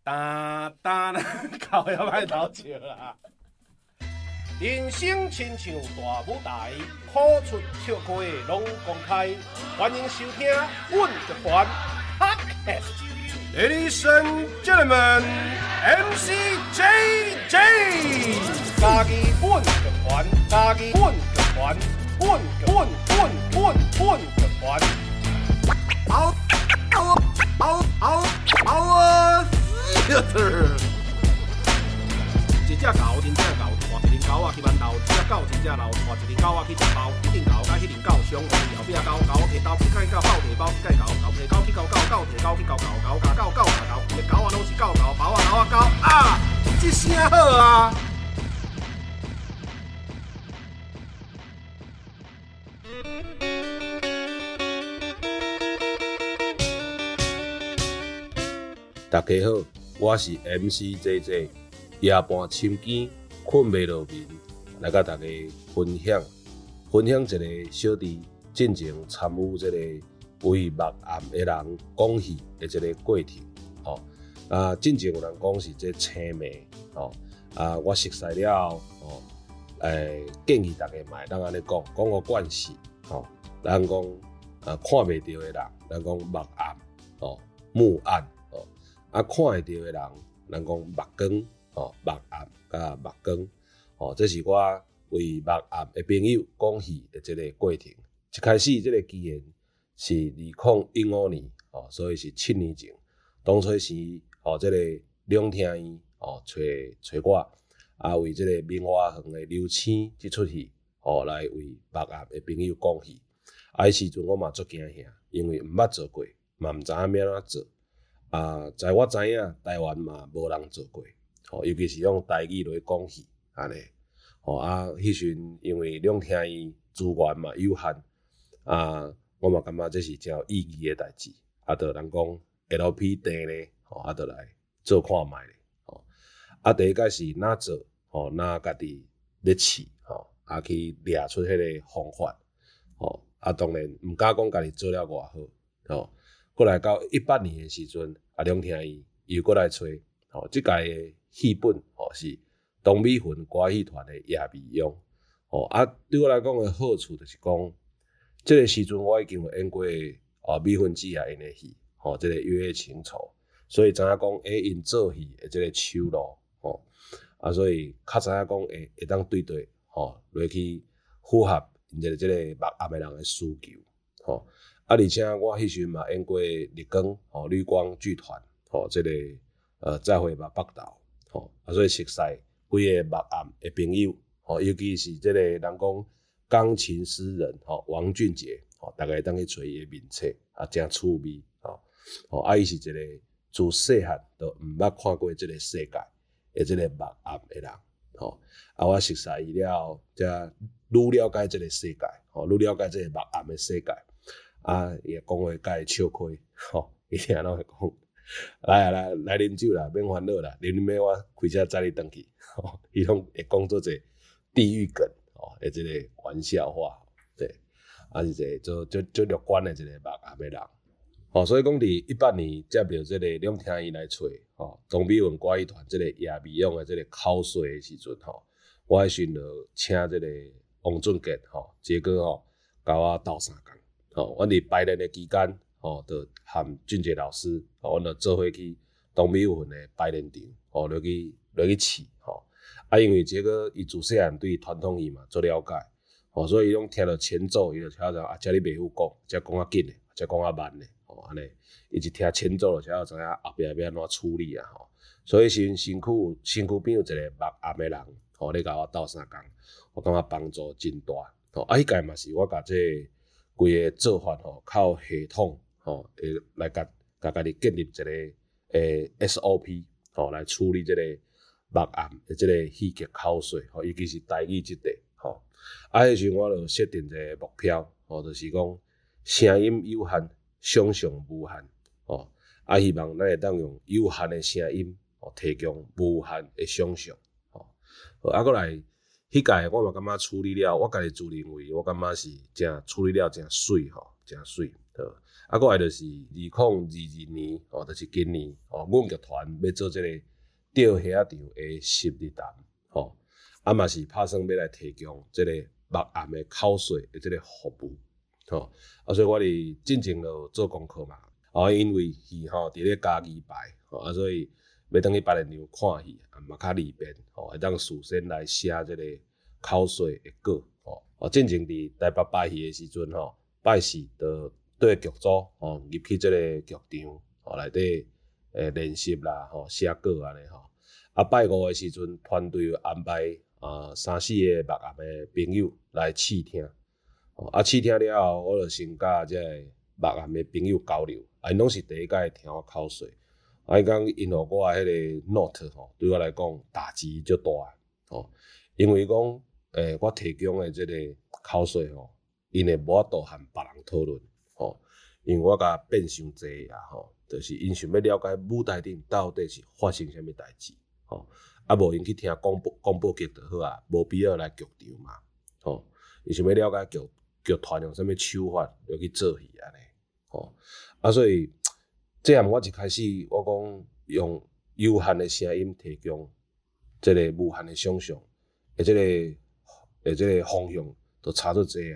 打靠也歹偷笑啦。人生亲像大舞台，苦出笑开拢公开。欢迎收听《阮乐团 Podcast》。Ladies and gentlemen, MC JJ， 家己阮乐团，家己阮乐团，阮乐团。一只狗真正狗，换一只狗仔去馒头；一只狗真正老，换一只狗仔去食包。迄只狗甲迄只狗相互后壁狗，狗摕刀去甲狗，狗摕包去甲狗，狗摕狗去狗，狗摕狗去狗，狗甲狗，狗甲狗，伊个狗仔拢是狗，包仔狗啊！这声好啊！大家好，我是 MC JJ。夜半深更，困袂落眠，来甲大家分享一个小弟进前参与这个为目暗的人讲戏的这个过程。进前有人讲是这青梅，我熟悉了，建议大家嘛，咱安尼讲个惯势，咱讲看袂到的人，咱讲目暗，目暗，看会到的人，咱讲目光。目暗甲目光，这是我为目暗的朋友讲戏的这个过程。一开始这个机缘是2015年，所以是7年前。当初时，这个两厅院，找我，为这个明华园的刘青这出戏，来为目暗的朋友讲戏。迄时阵我嘛足惊吓，因为毋捌做过，嘛毋知影要安怎做。在我知影台湾嘛无人做过。尤其是用台语来讲戏，安尼，迄时因为两厅院资源嘛有限，我嘛感觉这是真有意义的代志，就人讲 LP 店咧，就来做看卖咧，第一个是哪做，哪家己咧试，去掠出迄个方法，当然毋敢讲家己做了偌好，过来到18年的时阵，两厅院又过来找，即届的戏本是东美魂歌戏团的夜未央，对我来讲的好处就是讲，这个时阵我已经有演过美魂之夜演的戏，这个《月夜情仇》，所以知影讲因做戏的这个手路，所以较知影讲会当对对，落去符合因这个目暗的人的需求，而且我迄时嘛演过绿光剧团，这个再会吧北岛。所以熟悉规个目暗的朋友，尤其是这个人讲钢琴诗人王俊杰，大家当去找伊的面册，真趣味，伊是一个自细汉都毋捌看过这个世界的这个目暗的人，我熟悉伊了，才愈了解这个世界，愈了解这个目暗的世界，伊也讲话甲伊笑开，伊听拢会讲。来啉酒啦，免烦恼啦，啉咩我开车载你回去，伊拢会讲做者地狱梗，的这个玩笑话，对，是一个做乐观的一个目暗的人，所以讲伫18年接到这个两厅院来找，东美文歌剧团这个夜未央的这个口水的时阵，我迄时就请这个王俊杰，结果甲我斗3工，阮伫排练的期间。就和俊杰老师，阮就做伙去东美文的排练场，落去试，因为这个伊自细汉对传统戏嘛做了解，所以伊拢听到前奏，伊就晓得这你袂晓讲，这讲较紧的，这讲较慢的，安尼，伊一听前奏就晓得知影后壁要安怎处理啊，所以身躯边有一个目暗的人，咧甲我斗3工，我感觉帮助真大，迄届嘛是我甲这规个做法较有系统。会来甲家己建立一个SOP，来处理这个目暗的这个戏剧口水，尤其是台语这块，迄时我就设定一个目标，就是讲声音有限，想象无限，希望咱会当用有限的声音，提供无限的想象，过来迄届我嘛感觉处理了，我家己自认为我感觉是真处理了真水，真水。 啊，过来就是2022年就是今年阮剧团要做这个钓虾场的10日谈啊嘛是打算要来提供这个目暗的口水的这个服务啊，所以我哋进前就做功课嘛因为戏伫咧嘉义摆啊，所以要等去别人场看戏啊嘛较利便会当事先来写这个口水的稿进前伫台北摆戏的时阵拜四就对剧组入去这个剧场内底练习啦写稿安尼啊拜五的时阵团队安排3-4个目暗的朋友来试听啊试听了后我就先甲这个目暗的朋友交流因拢是第一届听我口水伊讲因互我迄个 note 对我来讲打击足大因为讲我提供的这个口水因会无法度和别人讨论因为我甲变伤济就是因想要了解舞台顶到底是发生啥物代志啊无因去听广播剧就好无必要来剧场嘛因想要了解剧团用啥物手法要去做戏安尼啊所以这样我一开始我讲用有限的声音提供这个无限的想象的这个方向都差足济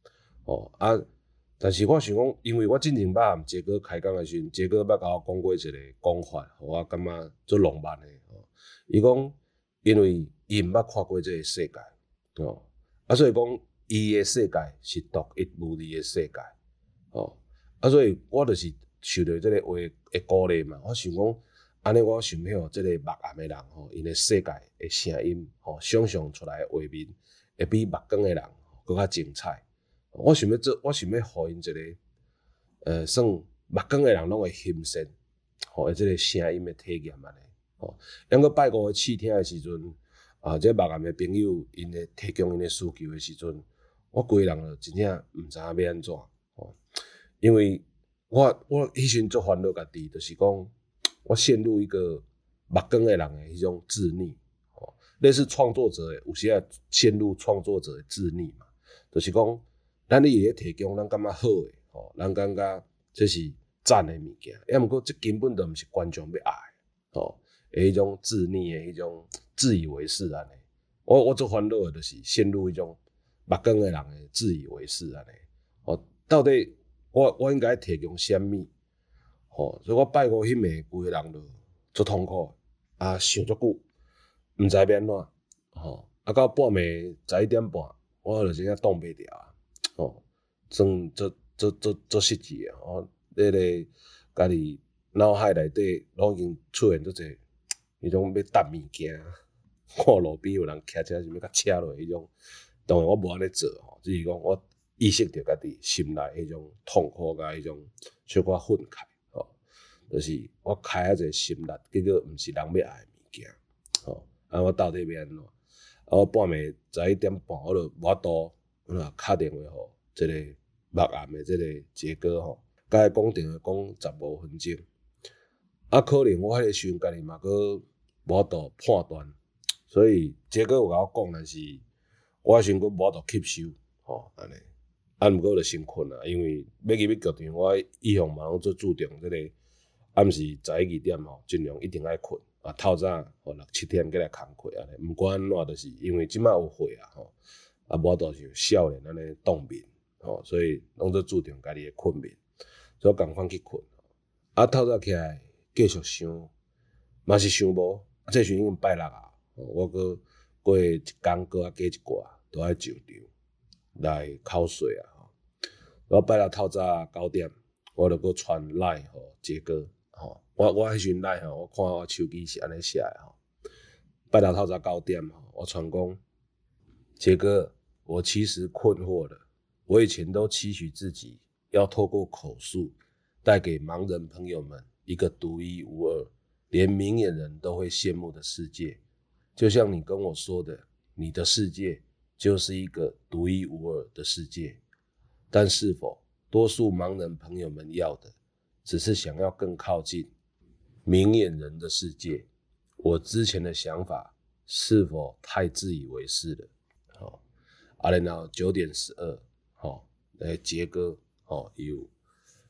但是我想讲，因为我进前捌和杰哥开讲的时阵，杰哥捌甲我讲过一个讲法，互我感觉足浪漫的伊讲，因为伊毋捌看过这个世界所以讲伊的世界是独一无二的世界所以我就是受到这个话的鼓励嘛，我想讲，安尼我想要这个目暗的人因的世界的声音想象出来的画面，会比目光的人更较精彩。我想要互因一个算目光的人拢会欣赏这个声音的体验安尼两个拜五的试听的时阵这目暗的朋友因会提供因的需求的时阵，我规人就真正毋知影要安怎因为我迄时阵足烦恼家己，就是讲我陷入一个目光的人的迄种自溺类似创作者的有时也陷入创作者的自溺嘛，就是讲。咱咧会提供咱感觉好诶咱感觉这是赞诶物件，毋过这根本就毋是观众要爱诶迄种自溺诶迄种自以为是安尼。我最烦恼诶就是陷入迄种目光诶人诶自以为是安尼到底我应该提供啥物所以我拜五迄暝规个人就足痛苦想足久，毋知要安怎到半暝11点半，我就真正挡袂牢真足失志迄个家己脑海内底拢已经出现足侪迄种要搭物件，看路边有人骑车想要甲车落迄种，当然我无安尼做只是讲我意识到家己心内迄种痛苦甲迄种小可愤慨就是我开一个心力，结果毋是人要爱的物件我到底要安怎我半暝11点半我就无法度敲电话互这个目暗的这个杰哥甲伊讲电话讲15分钟可能我迄个时阵家己嘛佫无法度判断，所以杰哥有甲我讲，但是我迄时阵佫无法度吸收安尼毋过就先困因为要入去剧场，我以向嘛拢做注重这个暗时11、2点尽量一定爱困透早6-7点起来工课安尼，毋管安怎就是因为即摆有岁无法度像少年安尼冬眠所以拢做注重家己的困眠，所以赶快去困透早起来继续想，嘛是想无这时阵已经拜六我佫过一工佫加一寡都爱上场来口水我拜六透早9点我就佫传 LINE 互杰哥我迄时阵 LINE 我看我手机是安尼写的拜六透早9点我传讲杰哥，我其实困惑了。我以前都期许自己要透过口述，带给盲人朋友们一个独一无二，连明眼人都会羡慕的世界。就像你跟我说的，你的世界就是一个独一无二的世界。但是否多数盲人朋友们要的，只是想要更靠近明眼人的世界？我之前的想法是否太自以为是了？然后9点12杰哥有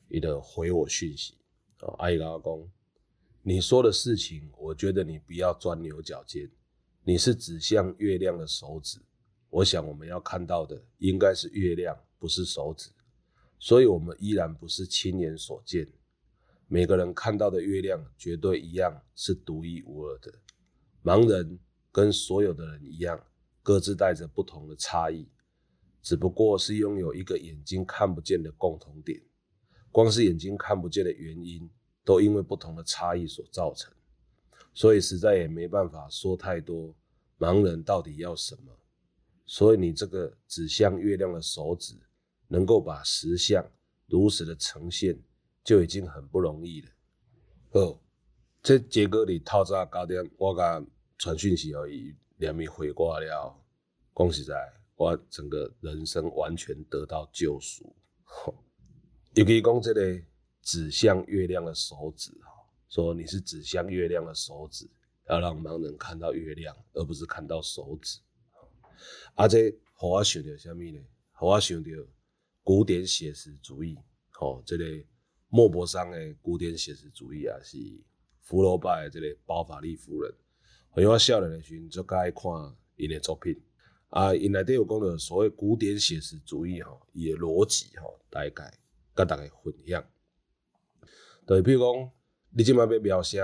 伊就回我讯息，伊甲我讲，你说的事情，我觉得你不要钻牛角尖，你是指向月亮的手指，我想我们要看到的应该是月亮，不是手指，所以我们依然不是亲眼所见。每个人看到的月亮绝对一样，是独一无二的。盲人跟所有的人一样，各自带着不同的差异，只不过是拥有一个眼睛看不见的共同点。光是眼睛看不见的原因，都因为不同的差异所造成，所以实在也没办法说太多盲人到底要什么。所以你这个指向月亮的手指，能够把实相如实的呈现，就已经很不容易了。好，这结果你透早9点，我甲传讯息给伊，连伊回我了。讲实在，我整个人生完全得到救赎。尤其讲这个指向月亮的手指，说你是指向月亮的手指，要让盲人看到月亮，而不是看到手指。这让我想到什么呢？让我想到古典写实主义，这个莫泊桑的古典写实主义也是福楼拜的这个包法利夫人。因为我少年的时候就爱看因的作品，因内底有讲到所谓古典写实主义伊的逻辑大概甲大家分享。就是比如讲，你即摆要描写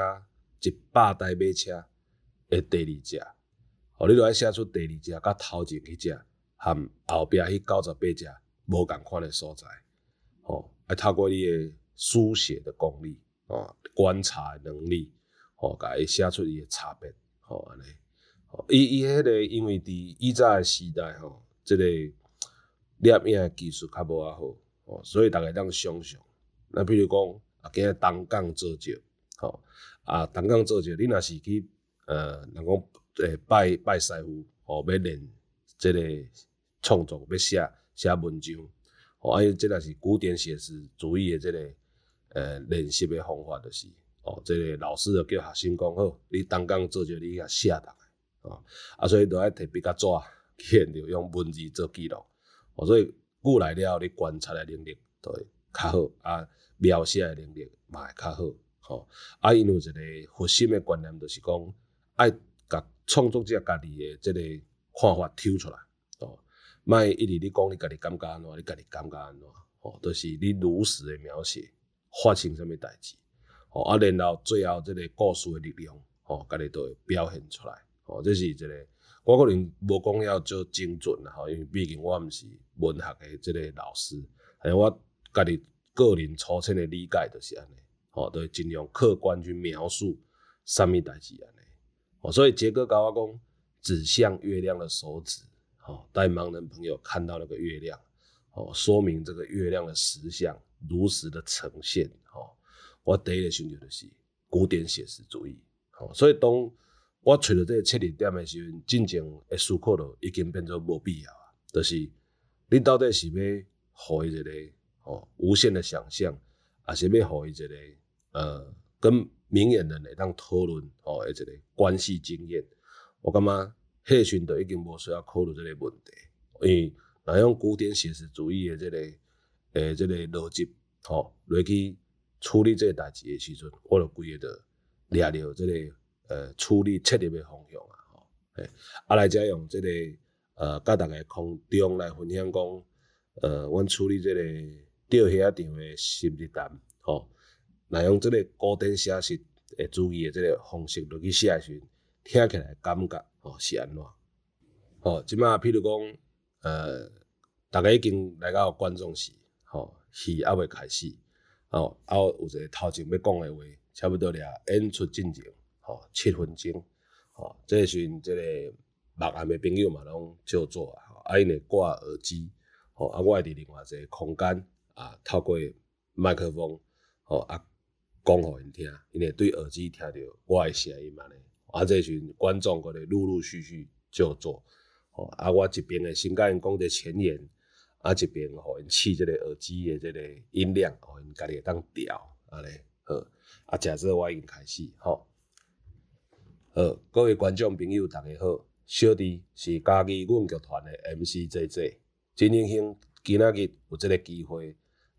100台马车的第二只，你就要写出第二只甲头前迄只，和后壁迄98只无共款的所在。要透过你的书写的功力，观察的能力，甲伊写出伊的差别，安尼。伊迄个因为伫以前的时代，这个摄影的技术较无遐好，所以大家当想象。那比如讲，今日东港做石，东港做石，你若是去人讲拜师傅，要练这个创作，要写文章，这若是古典写实主义的这个练习的方法，就是这个老师就叫学生讲好，你东港做石，你甲写落来，所以就爱摕笔甲纸去现场用文字做记录，所以久来了，你观察的能力就会较好，描写的能力嘛会较好，因有一个核心的观念，就是讲爱甲创作者家己的这个看法抽出来，莫一直你讲你家己感觉安怎，你家己感觉安怎，就是你如实的描写发生什么代志，然后最后这个故事的力量，家己都会表现出来，这是一个我可能无讲要做精准啦，因为毕竟我毋是文学的这个老师，我家己个人粗浅的理解就是安尼，就会尽量客观去描述什么代志安尼，所以杰哥甲我讲，指向月亮的手指，带盲人朋友看到那个月亮，说明这个月亮的实相如实的呈现，我第一个想到就是古典写实主义，所以当我找到这个切入点的时候，真正的思考就已经变做无必要啊，就是你到底是要予伊一个无限的想象，还是要予伊一个跟明眼人会当讨论的一个关系经验？我感觉迄时就已经无需要考虑这个问题，因为若用古典写实主义的这个逻辑来去处理这个代志的时阵，我就规个就抓到这个处理切入的方向来才用这个甲大家空中来分享讲，阮处理这个钓虾场的心日谈，来用这个古典写实主义的这个方式落去写的时候，听起来感觉是安怎？即摆譬如讲，大家已经来到观众席，戏还未开始，有一个头前要讲的话，差不多演出进程，7分钟，这时阵这个目暗的朋友嘛拢照做因会挂耳机，我会伫另外一个空间透过麦克风，讲互因听，因会对耳机听到我的声音安尼，这时阵观众可能陆陆续续照做，我一边会先甲因讲者前言，一边互因试这个耳机的这个音量，因家己会当调安尼，好，假设我已经开始，好，各位观众朋友大家好，小弟是嘉义阮剧团的 MC JJ， 真荣幸今仔日有这个机会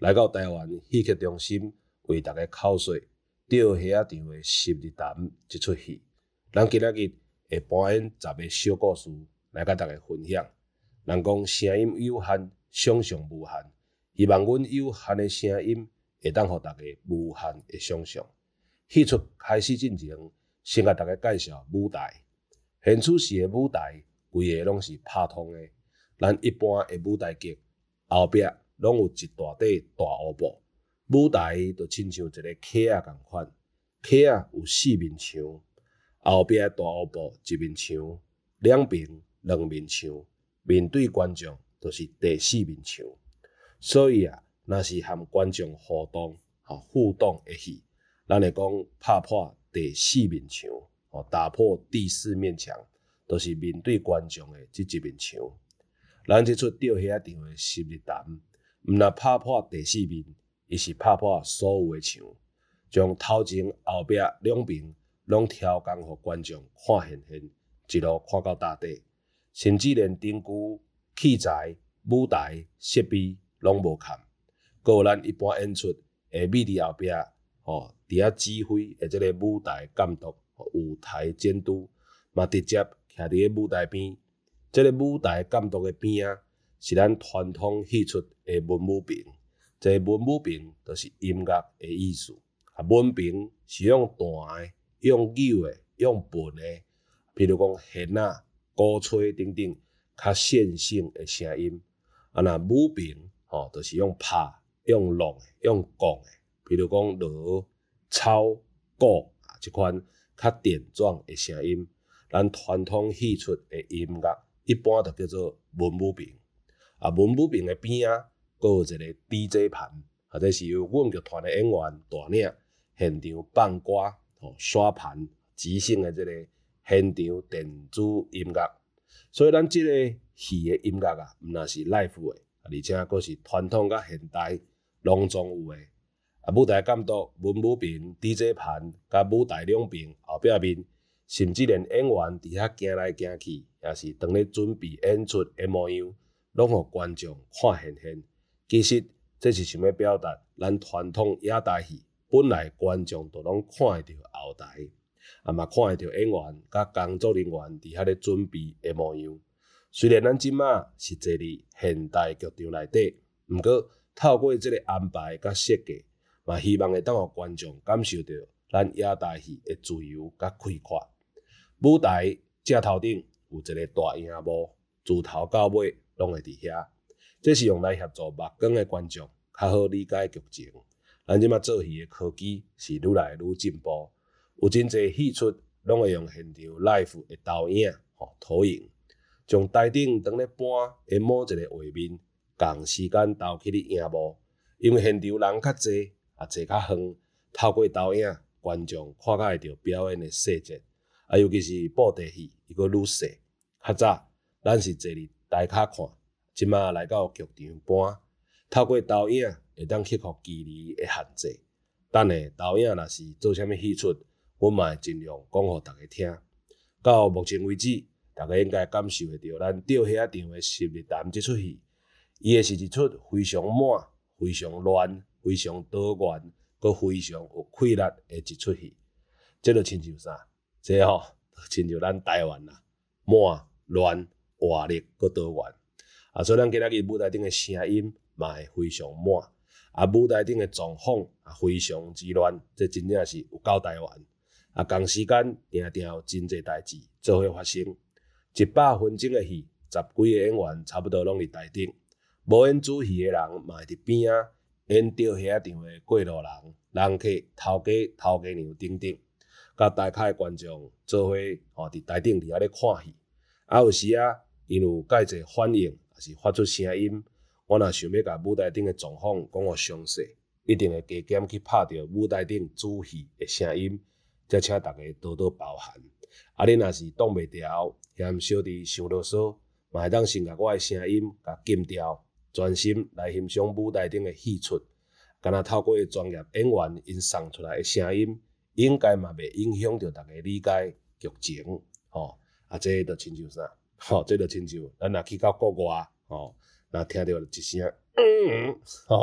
来到台湾戏剧中心为大家口说吊虾场的十日谈这出戏。咱今仔日会搬演10个小故事来甲大家分享。人讲声音有限，想象无限，希望阮有限的声音会当互大家无限的想象。戏出开始进前，先甲大家介绍舞台。现此时的舞台规个拢是拍通的，咱一般的舞台剧后壁拢有一大块大乌布，舞台就亲像一个溪仔共款，溪仔有4面墙，后壁大乌布一面墙，两边2面墙，面对观众就是第4面墙。所以若是和观众互动、互动的戏，咱会讲拍破第4面墙，打破第4面墙，就是面对观众的这一面墙。咱这出吊虾场的十日谈，毋若拍破第4面，伊是拍破所有的墙，将头前后壁两边拢挑工互观众看现现，一路看到大底，甚至连灯具、器材、舞台、设备拢无欠。搁有咱一般演出会秘伫后壁，伫遐指挥的这个舞台监督、舞台监督，嘛直接徛伫个舞台边。这个舞台监督的边是咱传统戏出的文武屏。这个文武屏就是音乐的意思。文屏是用弹的、用扭的、用笨的，譬如讲弦鼓吹等等，较线性的声音。那武屏就是用拍、用弄的、用讲的，譬如讲锣、草、鼓这款较电状的声音。咱传统戏出的音乐一般就叫做文武屏。文武屏的边阁有一个 DJ 盘，这是由阮剧团的演员大领现场放歌、刷盘、即兴的这个现场电子音乐。所以咱这个戏的音乐毋若是 live 的，而且阁是传统甲现代拢总有的。舞台监督、文武屏、DJ 盘甲舞台两边后壁面，甚至连演员伫遐行来行去，也是当咧准备演出的模样，拢互观众看现现。其实这是想要表达咱传统野台戏本来观众都拢看会到后台，嘛看会到演员甲工作人员伫遐咧准备的模样。虽然咱即马是坐伫现代剧场内底，毋过透过这个安排甲设计，嘛希望会当互观众感受到咱野台戏的自由甲开阔。舞台正头顶有一个大荧幕，自头到尾拢会伫遐。这是用来协助目光的观众较好理解剧情。咱即马做戏的科技是愈来愈进步，有真侪戏出拢会用现场 live 的投影、投影，将台顶当咧搬的某一个画面，共时间投去伫荧幕。因为现场人较侪，坐较远，透过投影，观众看较会到表演的细节。尤其是布袋戏，伊阁愈细。较早咱是坐伫台骹看，即马来到剧场搬，透过投影会当克服距离的限制。等下投影若是做啥物戏出，阮嘛会尽量讲互大家听。到目前为止，大家应该感受会到咱吊虾场的十日谈这出戏，伊的是一出非常满、非常乱、非常多元，阁非常有气力的一出戏。这就亲像啥？这亲像咱台湾满、乱、活力阁多元。所以咱今仔日舞台顶的声音嘛会非常满，舞台顶的状况非常之乱，这真正是有够台湾。同时间定定有真侪代志做伙发生。100分钟的戏，10几个演员差不多拢伫台顶，无演主戏的人嘛会伫边演吊虾场的过路人、人客、头家娘等等。甲台骹的观众做伙伫台顶伫遐咧看戏，有时因有介侪反应，也是发出声音，我若想要甲舞台顶的状况讲互详细，一定会加减去拍着舞台顶主戏的声音，则请大家多多包涵。你若是挡袂牢，嫌小弟想啰嗦，嘛会当先甲我的声音甲禁掉，专心来欣赏舞台顶的戏出。敢若透过专业演员因送出来的声音，应该嘛袂影响到大家理解剧情，这就亲像啥？这就亲像咱若去到国外，若听到一声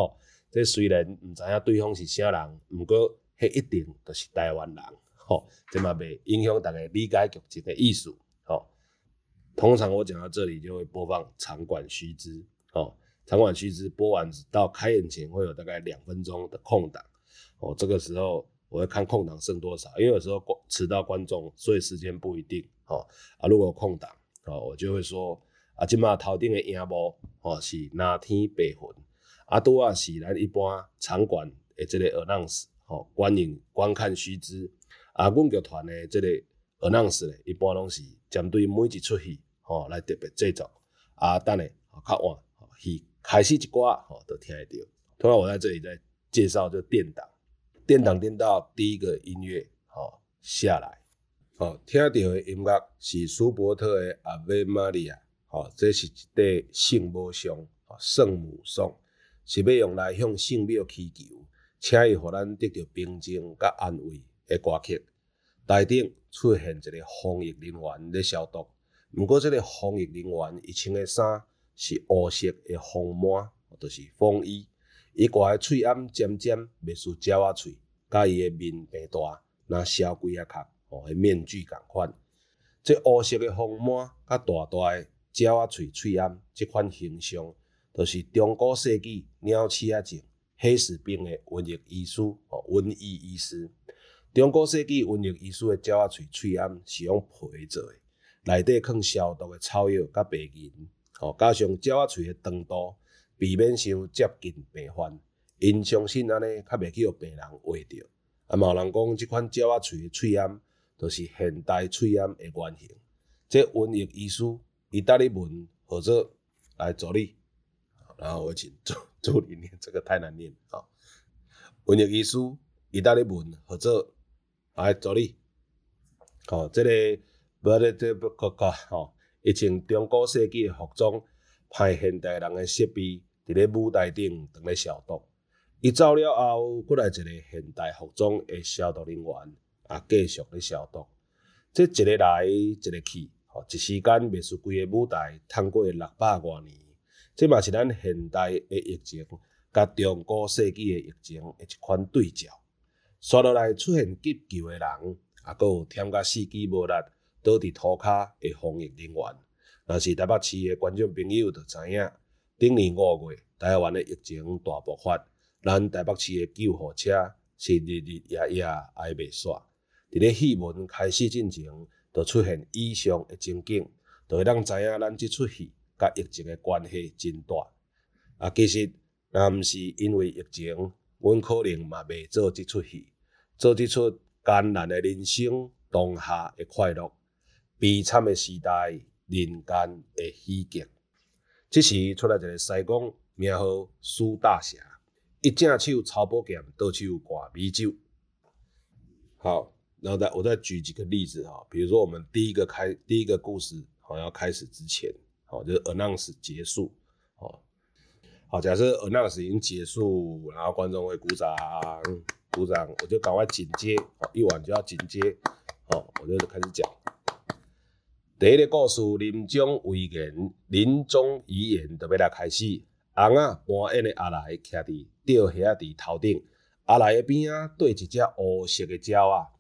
这虽然毋知影对方是啥人，毋过迄一定就是台湾人，这嘛袂影响大家理解剧情的意思，通常我讲到这里就会播放场馆须知，场馆须知播完到开演前会有大概2分钟的空档，这个时候我会看空档剩多少，因为有时候迟到观众，所以时间不一定，如果有空档，我就会说现在头顶的荧幕是哪天白云，拄啊是咱一般场馆的这个 announce，观看须知，阮剧团的这个 announce 咧，一般拢是针对每一出戏来特别制作，等下较晚戏开始一寡就听得到。突然我在这里再介绍这电档，电到第一个音乐下来，听到的音乐是舒伯特的《Ave Maria》，这是一块圣母像，圣母颂，是要用来向圣庙祈求，请伊互咱得到平静甲安慰的歌曲。内顶出现一个防疫人员咧消毒，毋过这个防疫人员伊穿的衫是乌色的风满，就是风衣。伊挂的喙暗尖尖，袂输鸟仔喙，甲伊的面平大，若消几啊壳，迄面具共款。这乌色的风满甲大大的鸟仔喙暗，这款形象，就是中古世纪鸟鼠仔症黑死病的瘟疫医师，瘟疫医师。中古世纪瘟疫医师的鸟仔喙暗是用皮做的，内底放消毒的草药甲白银，加上鸟仔喙的长度，避免伤接近病患。因相信安尼较袂去互病人划着。嘛有人讲这款鸟仔喙的喙暗，就是现代喙暗的原型。这瘟疫医师意大利文或者来助理，然后我请助理念，这个太难念啊。瘟疫医师意大利文或者来助理，这个不咧这不国家伊穿中古世纪的服装，派现代人的设备伫咧舞台顶当咧消毒。伊走了后，过来一个现代服装的消毒人员，继续咧消毒。这一个来一个去，一时间袂输规个舞台通过600多年。这嘛是咱现代的疫情，甲中古世纪的疫情的一款对照。刷落来出现急救的人，阁有添甲四肢无力倒伫涂骹的防疫人员。若是台北市的观众朋友就知影，顶年5月台湾的疫情大爆发。咱台北市的救护车是日日夜夜挨袂煞，伫咧戏文开始进前，就出现以上的情景，就会当知影咱即出戏甲疫情的关系真大。其实若毋是因为疫情，阮可能嘛袂做即出戏，做即出艰难的人生当下的快乐，悲惨的时代人间的喜剧。即时出来一个西公，名号苏大侠。一正手抄宝剑，倒手挂米酒。好，然后我再举几个例子比如说我们第一个故事要开始之前，就是 announce 结束，好，假设 announce 已经结束，然后观众会鼓掌，我就赶快紧接，一晚就要紧接，我就开始讲。第一个故事临终遗言就要来开始。翁仔搬演的阿来徛伫吊遐伫头顶，阿来的边仔对一只乌色的鸟仔。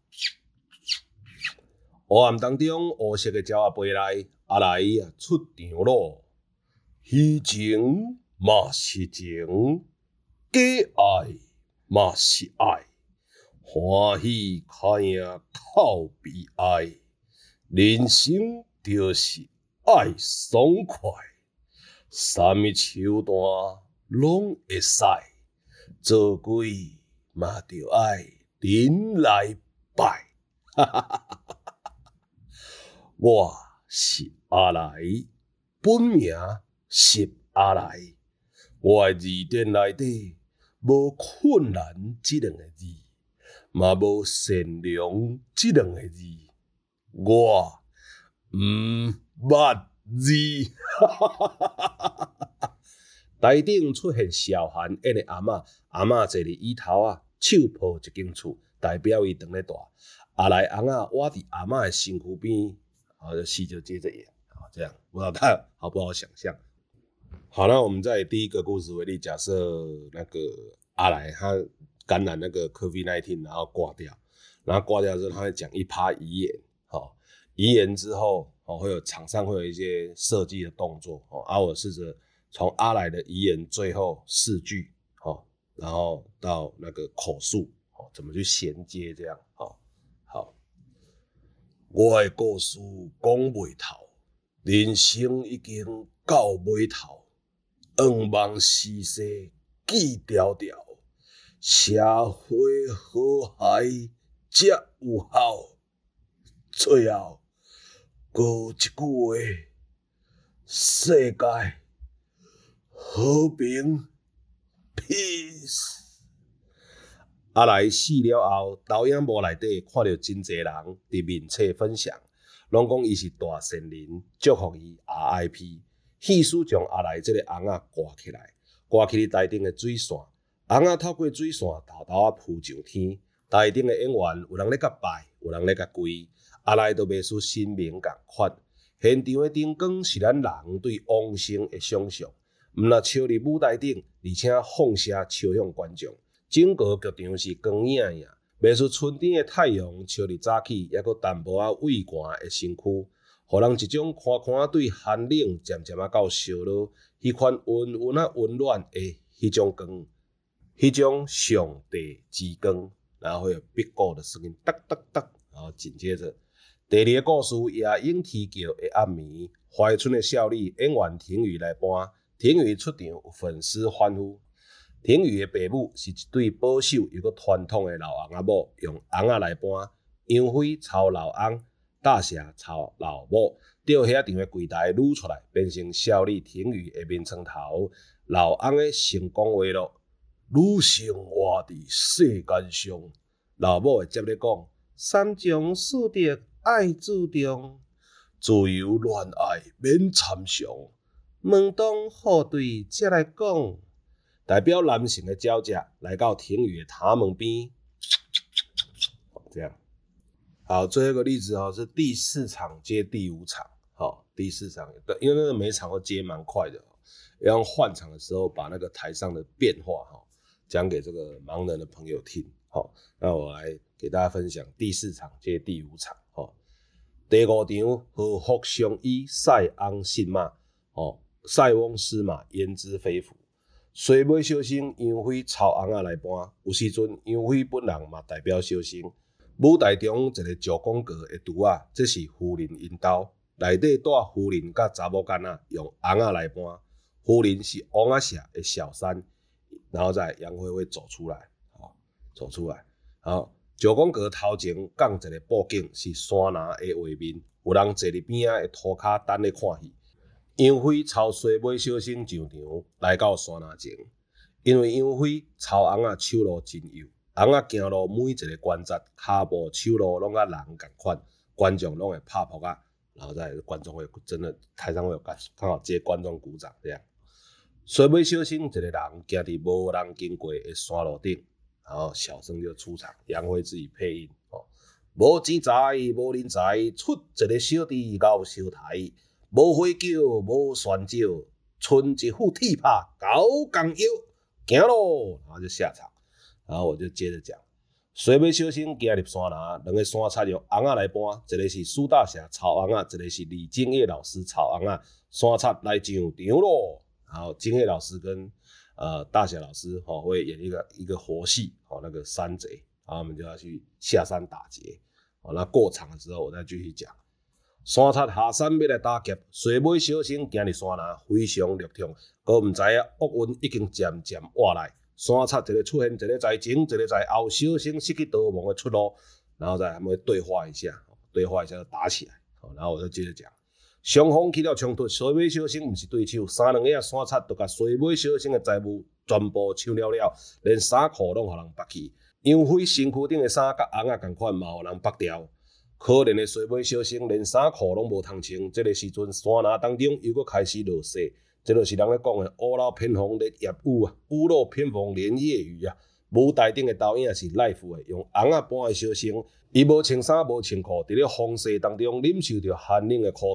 黑暗当中，乌色的鸟仔飞来，阿来出场咯。虚情嘛是情，假爱嘛是爱，欢喜看赢靠悲哀，人生就是爱爽快。啥物手段拢会使，做鬼嘛着爱人来拜。我是阿来，本名是阿来。我的字典内底无困难这2个字，嘛无善良这2个字。我毋捌字。台顶出现小韩演的阿嬷，阿嬷坐伫椅头手抱一间厝，代表伊当咧大。阿来翁仔倚伫阿嬷的身躯边，就戏就接着演，这样不知道大家好不好想象？ 好，那我们在第一个故事为例，假设那个阿来他感染那个 COVID-19， 然后挂掉，然后挂掉之后他会讲1%遗言，遗言之后会有场上会有一些设计的动作，我试着从阿来的遗言最后4句，然后到那个口述，怎么去衔接这样，好，我的故事讲袂透，人生已经到尾头。愿望逝世记条条，社会和谐才有效。最后，搁一句话：世界和平 ，peace。阿来死了后，投影幕内底看到真侪人伫面册分享，拢讲伊是大善人，祝福伊 RIP。戏书将阿来这个翁仔挂起来，挂起伫台顶的水线，翁仔透过水线偷偷啊浮上天。台顶的演员有人咧甲拜，有人咧甲跪，阿来都袂输神明共款。现场的灯光是咱人对往生的想象，毋若笑伫舞台顶，而且放射朝向观众。整个剧场是光影影，袂输春天的太阳笑伫早起，抑阁淡薄仔畏寒的身躯。互人一种看看对寒冷渐渐到烧落，迄款温温温暖的迄种光，迄种上帝之光，然后会有必鼓的声音，哒哒哒，然后紧接着第二个故事也影天桥的暗暝，怀春的少女演员婷宇来扮，婷宇出场有粉丝欢呼。婷宇的爸母是一对保守又阁传统的老翁仔某，用翁仔来扮，杨辉抄老翁。大侠抄老母，钓遐场的柜台撸出来，变成少女婷宇的面床头。老翁的成功话咯，女性活伫世间上。老母会接咧讲：三种四德爱注重，自由恋爱免参详。门当户对才来讲，代表男性的交价来到婷宇的头门边，这样。好，最后一个例子是第4场接第5场。第4场，因为那个每场都接蛮快的，要换场的时候把那个台上的变化讲给这个盲人的朋友听。那我来给大家分享第4场接第5场。第5场和福相依，塞翁失马。塞翁失马，焉知非福。水尾小生杨辉抄翁仔来扮，有时阵杨辉本人嘛代表小生。舞台中一个石广告的图这是夫人因兜，内底带夫人甲查某囡仔用翁仔来扮，夫人是王仔社的小三，然后再杨辉会走出来，走出来。好，石广告头前讲一个布景是山林的画面，有人坐伫边仔的涂骹等咧看戏。杨辉抄水尾小生上场，来到山林前，因为杨辉抄翁仔手路真幼。翁仔行路每一个关节、骹步、手路拢甲人共款，观众拢会拍扑然后再观众会真的台上会有刚好接观众鼓掌这样。水尾小生一个人行伫无人经过的山路顶，然后小生就出场，杨辉自己配音无钱财，无人才，出一个小弟熬烧台，无花轿，无船酒，剩一副铁拍搞工腰，行咯，然后就下场。然后我就接着讲，水尾小生行入山林，两个山贼用翁仔来扮，一个是苏大侠抄翁仔，一个是李金叶老师抄翁仔，山贼来上场咯。然后金叶老师跟大侠老师会演一个活戏，那个山贼，然后我们就要去下山打劫。那过场的时候我再继续讲，山贼下山要来打劫，水尾小生行入山林，非常力痛，阁毋知影厄运已经渐渐活来。山贼一个出现，一个在前，一个在后，小生失去逃亡的出路，然后再他们会对话一下就打起来。然后我就接着讲，双方起了冲突，水尾小生毋是对手，三两个山贼就甲水尾小生的财物全部抢了，连衫裤拢互人拔去。杨辉身躯顶的衫甲翁仔共款，嘛互人拔掉。可怜的水尾小生连衫裤拢无通穿，这个时阵山林当中又搁开始落雪。这就是人咧讲的屋漏偏逢连夜雨啊，屋漏偏逢连夜雨啊。舞台顶的投影是 live 的，用翁仔扮的小生，伊无穿衫无穿裤，伫咧风雪当中忍受着寒冷的苦毒，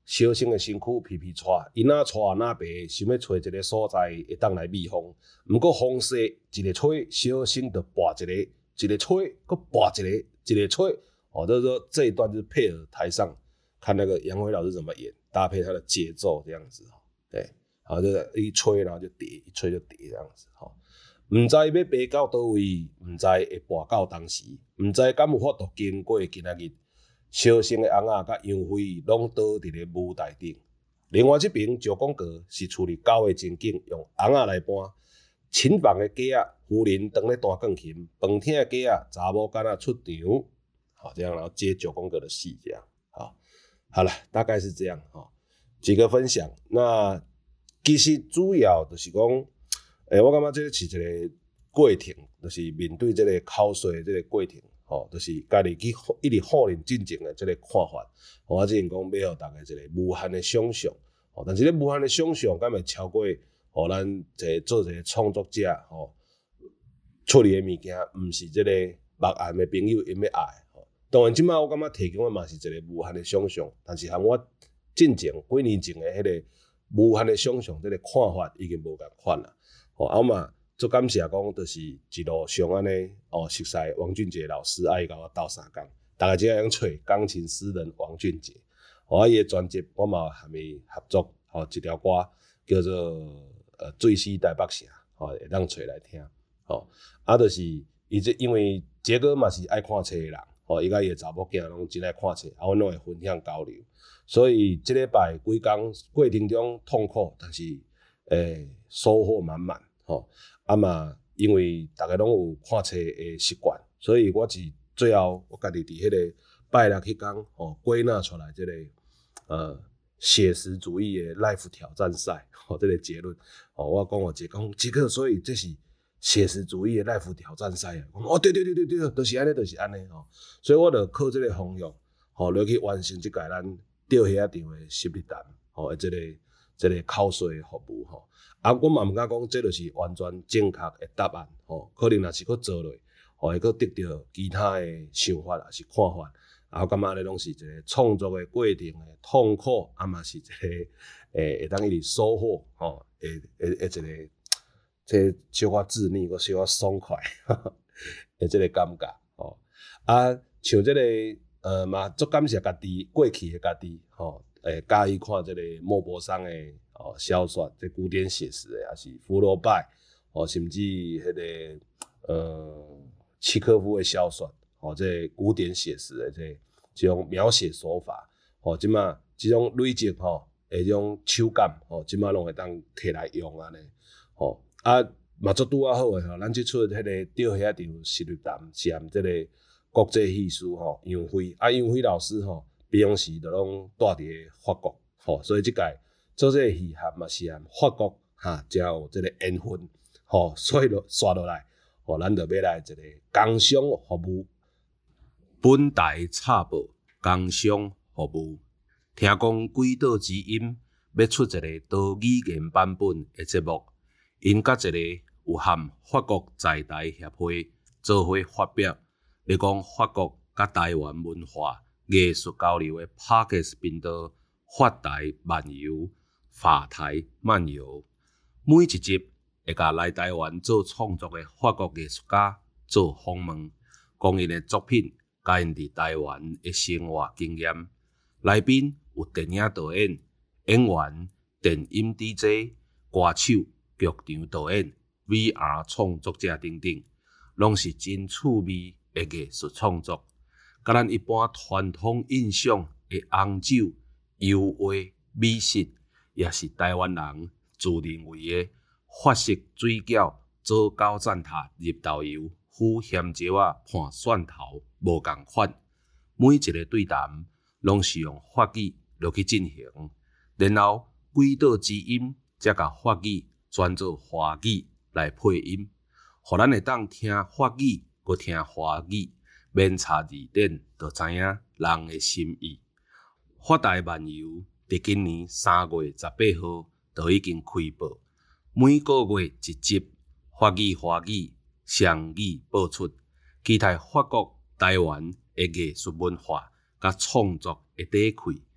小生的身躯皮皮带，伊哪带哪白，想要找一个所在会当来避风。毋过风势一个吹，小生就拔一个，一个吹，佮拔一个，一个吹。就是说这一段就是配合台上看那个杨辉老师怎么演，搭配他的节奏这样子。对，就是一吹然后就叠，一吹就叠这样子。毋知要爬到倒位，毋知会跋到当时，毋知敢有法度经过今仔日。小生的翁仔甲杨辉拢倒伫咧舞台顶。另外一边赵广哥是处理狗的情景，用翁仔来搬。寝房的鸡仔夫人当咧弹钢琴，饭厅的鸡仔查某囡仔出场。这样然后接赵广哥的戏，这样。好了，大概是这样。几个分享。那其实主要就是讲，我感觉这是一个过程，就是面对这个口水的这个过程。就是家己去一直好认进前的这个看法，我之前讲要互大家一个无限的想象，但是咧无限的想象，敢会超过咱做一个创作者处理的物件，毋是这个目暗的朋友因要爱。当然，即摆我感觉提供的嘛是一个无限的想象，但是和我进前几年前的迄个无限的想象，这个看法已经无共款啦。嘛。足感谢讲，就是一路上安尼熟悉王俊杰老师，伊甲我斗3工，大家只样找钢琴诗人王俊杰。伊的专辑我嘛和伊合作，一条歌叫做醉死台北城，会当找来听。就是伊这因为杰哥嘛是爱看册的人，伊甲伊的查某囝拢真爱看册，阮拢会分享交流。所以这礼拜几工过程中痛苦，但是收获满满。嘛，因为大家拢有看册的习惯，所以我是最后我家己伫迄个拜六迄天归纳出来这个写实主义的 life 挑战赛这个结论。我讲杰克，所以这是写实主义的 life 挑战赛啊！对，就是安尼，就是安尼所以我就靠这个方向落去完成这届咱钓虾场的实力单这个口水的服务我嘛毋敢讲，这就是完全正确的答案可能若是佫做落，会佫得到其他的想法还是看法。我感觉安尼拢是一个创作的过程的痛苦，嘛是一个会当一直收获一个这小可自溺，佫小可爽快的这个感觉像这个嘛足感谢家己过去的家己介意看这个莫泊桑的小说，这古典写实的，也是福楼拜甚至迄个契诃夫的小说这古典写实的这种描写手法即马这种累积这种手感即马拢会当摕来用安尼嘛足拄好诶咱即出迄个钓虾场实力单是含这个国际戏师杨辉杨辉老师平时就拢住伫法国所以即届做这个戏含嘛是含法国才有这个缘分所以就刷落来咱就要来一个工商服务。本台插播工商服务，听讲鬼岛之音要出一个多语言版本的节目，因甲一个有含法国在台协会做伙发表，你讲法国甲台湾文化艺术交流的 Podcast 频道法台漫游，法台漫游，每一集会甲来台湾做创作的法国艺术家做访问，讲因的作品甲因伫台湾的生活经验。来宾有电影导演、演员、电音 DJ、歌手、剧场导演、VR 创作者等等，拢是真趣味的艺术创作，甲咱一般传统印象的红酒、油画、美食，也是台湾人自认为的法式水饺、做狗赞塔入豆油、敷咸椒仔拌蒜头无共款。每一个对谈拢是用法语落去进行，然后鬼岛之音才甲法语转做华语来配音，互咱会当听法语，佮听华语，免查字典就知影人的心意。法台漫游伫今年3月18号就已经开播，每个月一集，法语、华语双语播出，期待法国、台湾的艺术文化甲创作会底开，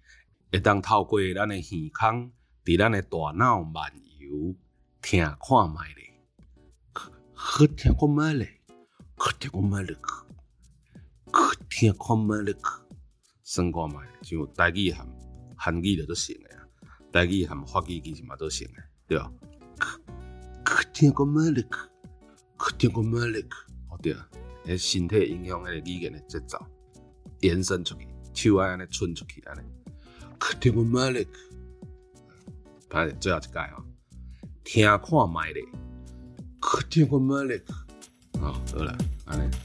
会当透过咱的耳孔，伫咱的大脑漫游，听看觅咧，好听看觅咧，好听看觅咧，好听看觅咧，算看觅，像台语和汉语就做成的啊，台语和法语其实嘛做成的，对吧？好听看觅咧，好听看觅咧，哦对啊，迄身体影响迄个语言的节奏，延伸出去，手爱安尼伸出去安尼。好听看觅咧，反正最后一届哦，听看觅咧，好听看觅咧，哦，好啦，安尼。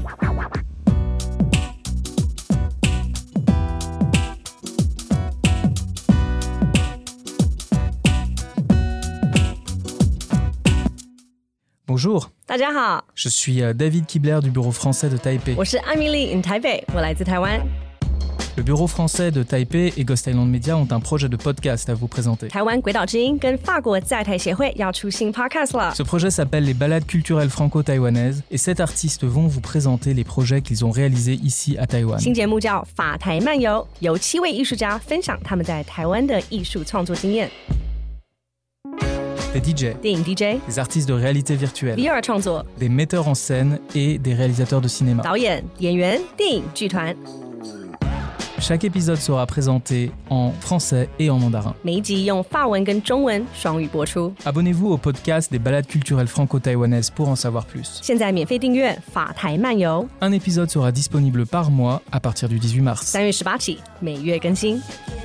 Bonjour, 大家好， je suis David Kibler du bureau français de Taipei. 我是艾米丽 in 台北，我来自台湾。 Le bureau français de Taipei et Ghost Island Media ont un projet de podcast à vous présenter. 台湾鬼岛之音跟法国在台协会要出新 podcast 了。 Ce projet s'appelle les balades culturelles franco-taïwanaises et 7 artistes vont vous présenter les projets qu'ils ont réalisés ici à Taïwan. 新节目叫法台漫游，由7位艺术家分享他们在台湾的艺术创作经验。 Des DJ, 电影 DJ、 des artistes de réalité virtuelle, VR 创作、 des metteurs en scène et des réalisateurs de cinéma. 导演、演员、电影剧团， Chaque épisode sera présenté en français et en mandarin. 每一集用法文跟中文双语播出。 Abonnez-vous au podcast des balades culturelles franco-taïwanaises pour en savoir plus. 现在免费订阅法台漫游， Un épisode sera disponible par mois à partir du 18 mars. 3月18起，每月更新。